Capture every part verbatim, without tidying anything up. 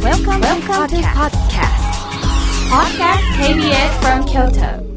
Welcome, Welcome to podcast. Podcast ケービーエス from Kyoto.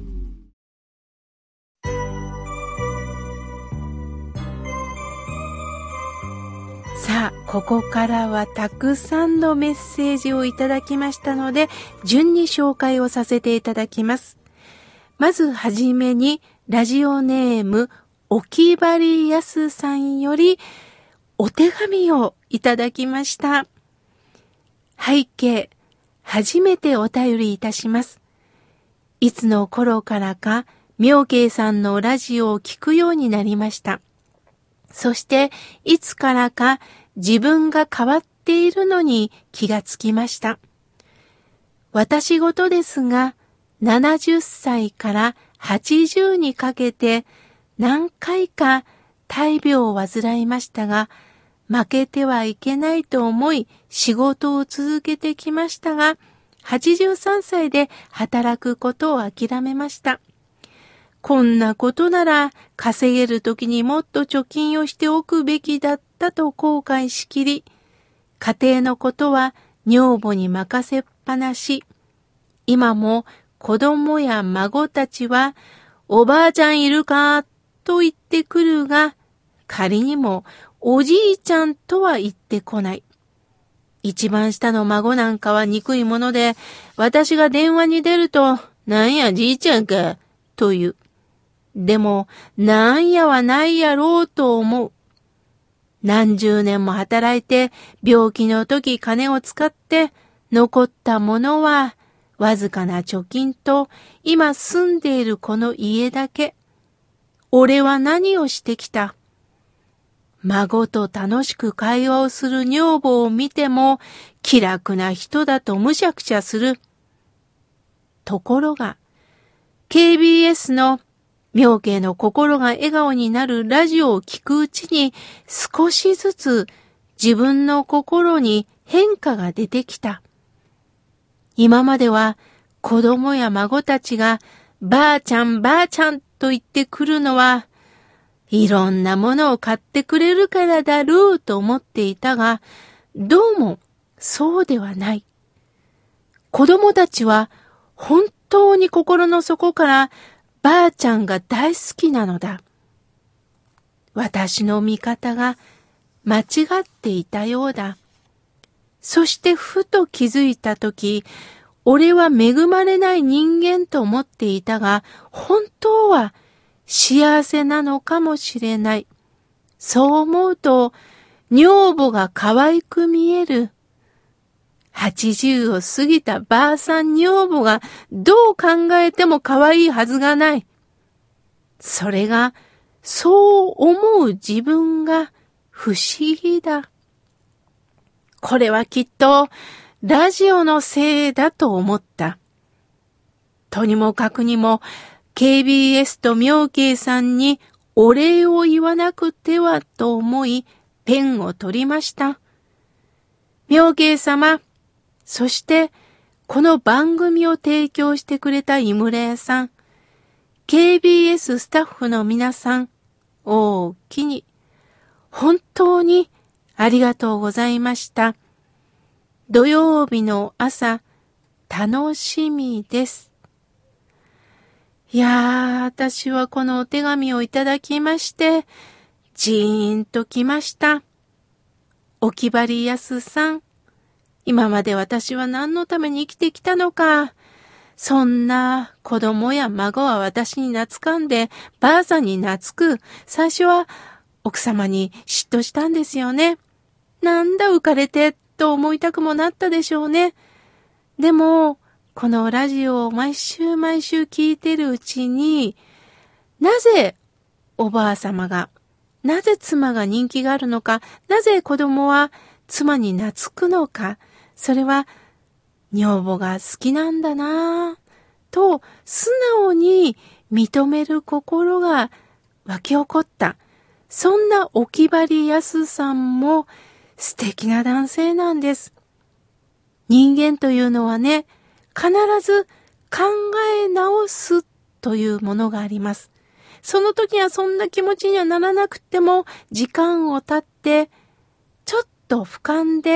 さあ、ここからはたくさんのメッセージをいただきましたので、順に紹介をさせていただきます。まずはじめに、ラジオネーム、おきばりやすさんより、お手紙をいただきました。背景、初めてお便りいたします。いつの頃からか、妙慶さんのラジオを聞くようになりました。そして、いつからか自分が変わっているのに気がつきました。私事ですが、ななじゅっさいからはちじゅうにかけて何回か大病を患いましたが、負けてはいけないと思い仕事を続けてきましたが、はちじゅうさんさいで働くことを諦めました。こんなことなら稼げるときにもっと貯金をしておくべきだったと後悔しきり、家庭のことは女房に任せっぱなし。今も子供や孫たちはおばあちゃんいるかと言ってくるが、仮にもおじいちゃんとは言ってこない。一番下の孫なんかは憎いもので、私が電話に出ると、なんやじいちゃんか、という。でも、なんやはないやろうと思う。何十年も働いて、病気の時金を使って、残ったものは、わずかな貯金と、今住んでいるこの家だけ。俺は何をしてきた？孫と楽しく会話をする女房を見ても、気楽な人だとむしゃくしゃする。ところが、ケービーエス の妙慶の心が笑顔になるラジオを聞くうちに、少しずつ自分の心に変化が出てきた。今までは子供や孫たちがばあちゃんばあちゃんと言ってくるのは、いろんなものを買ってくれるからだろうと思っていたが、どうもそうではない。子供たちは本当に心の底からばあちゃんが大好きなのだ。私の見方が間違っていたようだ。そしてふと気づいたとき、俺は恵まれない人間と思っていたが、本当は幸せなのかもしれない。そう思うと、女房が可愛く見える。はちじゅうを過ぎたばあさん女房がどう考えても可愛いはずがない。それが、そう思う自分が不思議だ。これはきっと、ラジオのせいだと思った。とにもかくにも、ケービーエス と妙慶さんにお礼を言わなくてはと思い、ペンを取りました。妙慶様、そして、この番組を提供してくれた井村屋さん、ケービーエス スタッフの皆さん、大きに、本当にありがとうございました。土曜日の朝、楽しみです。いやー、私はこのお手紙をいただきまして、じーんときました。おきばりやすさん、今まで私は何のために生きてきたのか。そんな子供や孫は私に懐かんで、ばあさんに懐く。最初は奥様に嫉妬したんですよね。なんだ浮かれてと思いたくもなったでしょうね。でも、このラジオを毎週毎週聞いてるうちに、なぜおばあ様が、なぜ妻が人気があるのか、なぜ子供は妻に懐くのか、それは女房が好きなんだなぁ、と素直に認める心が湧き起こった。そんなおきばりやすさんも素敵な男性なんです。人間というのはね、必ず考え直すというものがあります。その時はそんな気持ちにはならなくても、時間を経って、ちょっと俯瞰で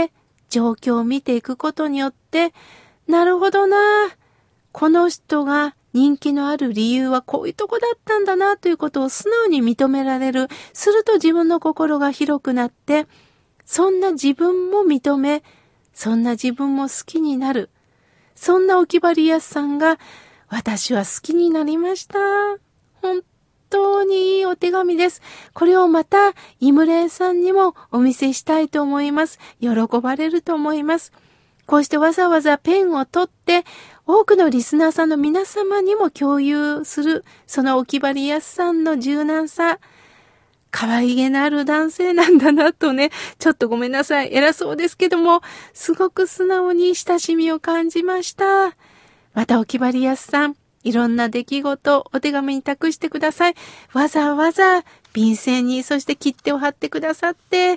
状況を見ていくことによって、なるほどな、この人が人気のある理由はこういうとこだったんだなということを素直に認められる。すると自分の心が広くなって、そんな自分も認め、そんな自分も好きになる。そんなおきばりやすさんが私は好きになりました。本当にいいお手紙です。これをまたイムレイさんにもお見せしたいと思います。喜ばれると思います。こうしてわざわざペンを取って多くのリスナーさんの皆様にも共有する、そのおきばりやすさんの柔軟さ、可愛げのある男性なんだなとね、ちょっとごめんなさい、偉そうですけども、すごく素直に親しみを感じました。またおきばりやすさん、いろんな出来事、お手紙に託してください。わざわざ便箋に、そして切手を貼ってくださって、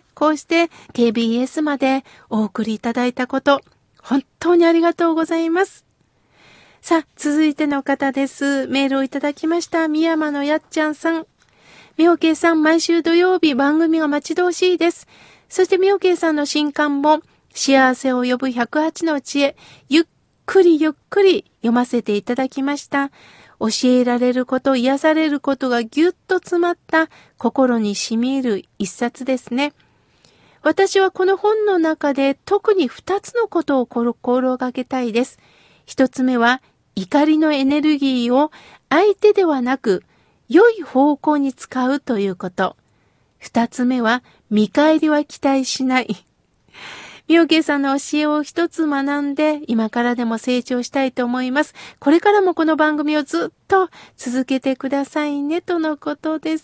こうして ケービーエス までお送りいただいたこと、本当にありがとうございます。さあ、続いての方です。メールをいただきました。宮山のやっちゃんさん。みおけいさん、毎週土曜日番組が待ち遠しいです。そしてみおけいさんの新刊本、幸せを呼ぶひゃくはちの知恵、ゆっくりゆっくり読ませていただきました。教えられること、癒されることがぎゅっと詰まった心に染み入る一冊ですね。私はこの本の中で特に二つのことを心がけたいです。一つ目は怒りのエネルギーを相手ではなく良い方向に使うということ。二つ目は見返りは期待しない。みおけいさんの教えを一つ学んで今からでも成長したいと思います。これからもこの番組をずっと続けてくださいねとのことです。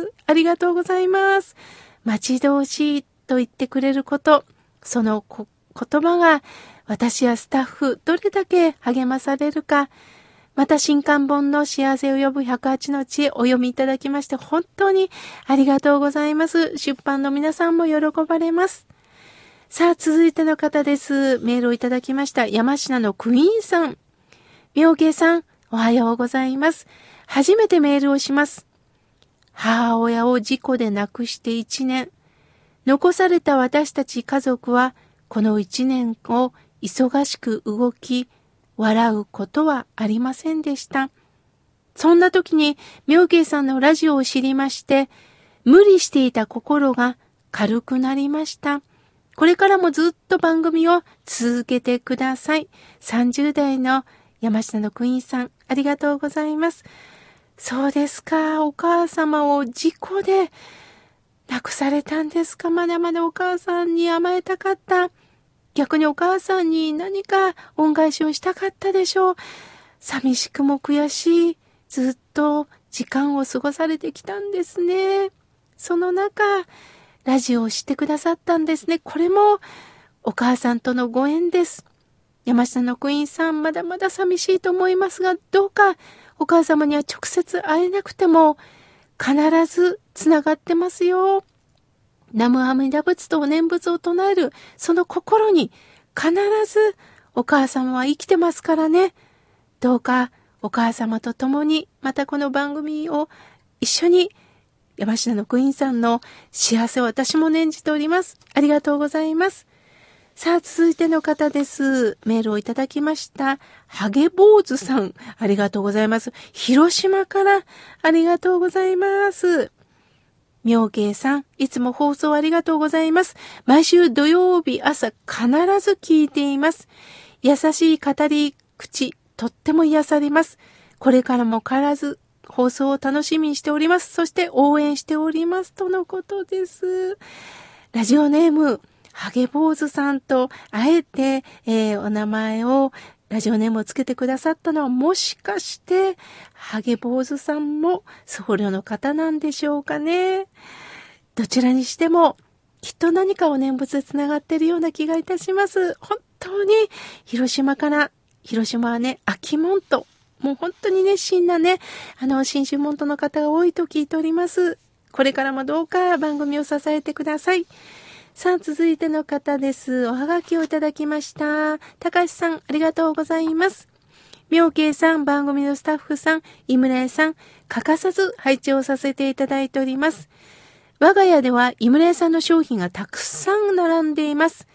ありがとうございます。待ち遠しいと言ってくれること、そのこ言葉が私やスタッフどれだけ励まされるか。また新刊本の幸せを呼ぶひゃくはちの知恵お読みいただきまして本当にありがとうございます。出版の皆さんも喜ばれます。さあ続いての方です。メールをいただきました。山科のクイーンさん。みおけいさん、おはようございます。初めてメールをします。母親を事故で亡くしていちねん。残された私たち家族はこのいちねんを忙しく動き、笑うことはありませんでした。そんな時にみおけいさんのラジオを知りまして、無理していた心が軽くなりました。これからもずっと番組を続けてください。さんじゅう代の山下のクイーンさん、ありがとうございます。そうですか、お母様を事故で亡くされたんですか。まだまだお母さんに甘えたかった。逆にお母さんに何か恩返しをしたかったでしょう。寂しくも悔しい、ずっと時間を過ごされてきたんですね。その中、ラジオをしてくださったんですね。これもお母さんとのご縁です。山下のクイーンさん、まだまだ寂しいと思いますが、どうかお母様には直接会えなくても必ずつながってますよ。南無阿弥陀仏とお念仏を唱えるその心に必ずお母様は生きてますからね。どうかお母様と共にまたこの番組を一緒に山下のクイーンさんの幸せを私も念じております。ありがとうございます。さあ続いての方です。メールをいただきました。ハゲ坊主さん、ありがとうございます。広島からありがとうございます。みょうけいさん、いつも放送ありがとうございます。毎週土曜日朝必ず聞いています。優しい語り口、とっても癒されます。これからも変わらず放送を楽しみにしております。そして応援しておりますとのことです。ラジオネーム、ハゲ坊主さんとあえて、えー、お名前をラジオネームをつけてくださったのはもしかしてハゲ坊主さんも僧侶の方なんでしょうかね。どちらにしてもきっと何かお念仏でつながっているような気がいたします。本当に広島から、広島はね、秋門徒、もう本当に熱心なね、あの新州門徒の方が多いと聞いております。これからもどうか番組を支えてください。さあ続いての方です。おはがきをいただきました。たかしさん、ありがとうございます。みょうけいさん、番組のスタッフさん、井村屋さん、欠かさず配置をさせていただいております。我が家では井村屋さんの商品がたくさん並んでいます。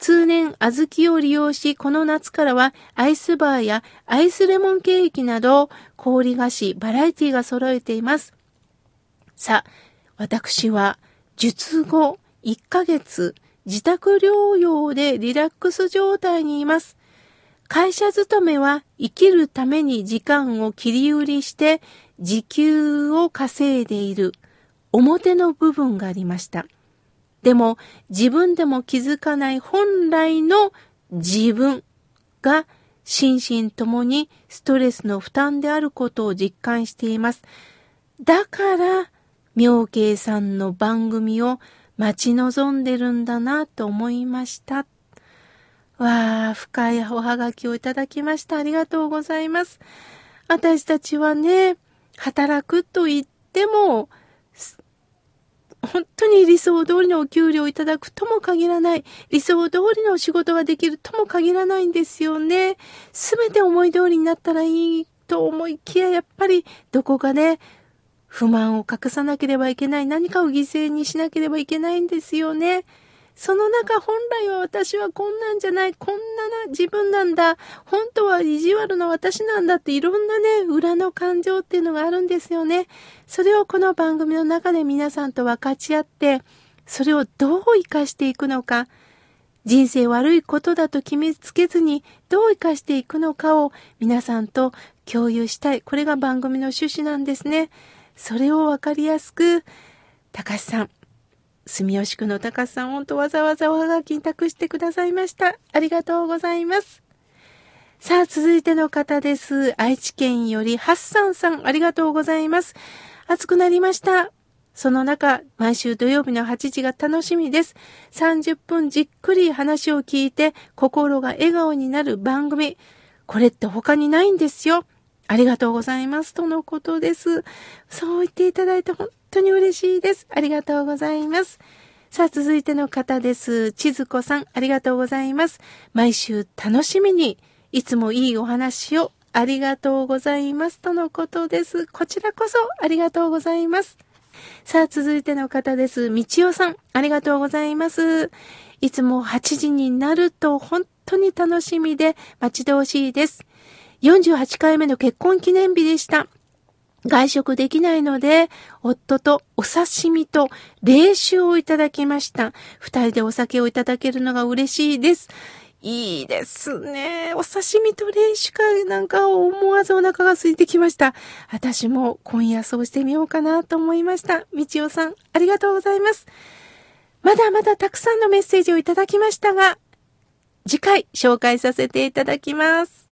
通年小豆を利用し、この夏からはアイスバーやアイスレモンケーキなど氷菓子、バラエティが揃えています。さあ、私は術後いっかげつ自宅療養でリラックス状態にいます。会社勤めは生きるために時間を切り売りして時給を稼いでいる表の部分がありました。でも自分でも気づかない本来の自分が心身ともにストレスの負担であることを実感しています。だから妙慶さんの番組を待ち望んでるんだなと思いました。わあ、深いおはがきをいただきました。ありがとうございます。私たちはね、働くと言っても、本当に理想通りのお給料をいただくとも限らない。理想通りの仕事ができるとも限らないんですよね。すべて思い通りになったらいいと思いきや、やっぱりどこかで不満を隠さなければいけない。何かを犠牲にしなければいけないんですよね。その中、本来は私はこんなんじゃない、こんなな自分なんだ、本当は意地悪な私なんだっていろんなね、裏の感情っていうのがあるんですよね。それをこの番組の中で皆さんと分かち合って、それをどう生かしていくのか、人生悪いことだと決めつけずにどう生かしていくのかを皆さんと共有したい。これが番組の趣旨なんですね。それを分かりやすく、高橋さん、住吉区の高須さん、本当わざわざおはがきに託してくださいました。ありがとうございます。さあ、続いての方です。愛知県よりハッサンさん、ありがとうございます。暑くなりました。その中、毎週土曜日のはちじが楽しみです。さんじゅっぷんじっくり話を聞いて、心が笑顔になる番組。これって他にないんですよ。ありがとうございます。とのことです。そう言っていただいて本当に嬉しいです。ありがとうございます。さあ、続いての方です。千鶴子さん、ありがとうございます。毎週楽しみに、いつもいいお話をありがとうございます。とのことです。こちらこそありがとうございます。さあ、続いての方です。みちおさん、ありがとうございます。いつもはちじになると本当に楽しみで待ち遠しいです。よんじゅうはちかいめの結婚記念日でした。外食できないので、夫とお刺身と冷酒をいただきました。二人でお酒をいただけるのが嬉しいです。いいですね。お刺身と冷酒かなんか思わずお腹が空いてきました。私も今夜そうしてみようかなと思いました。みちおさん、ありがとうございます。まだまだたくさんのメッセージをいただきましたが、次回紹介させていただきます。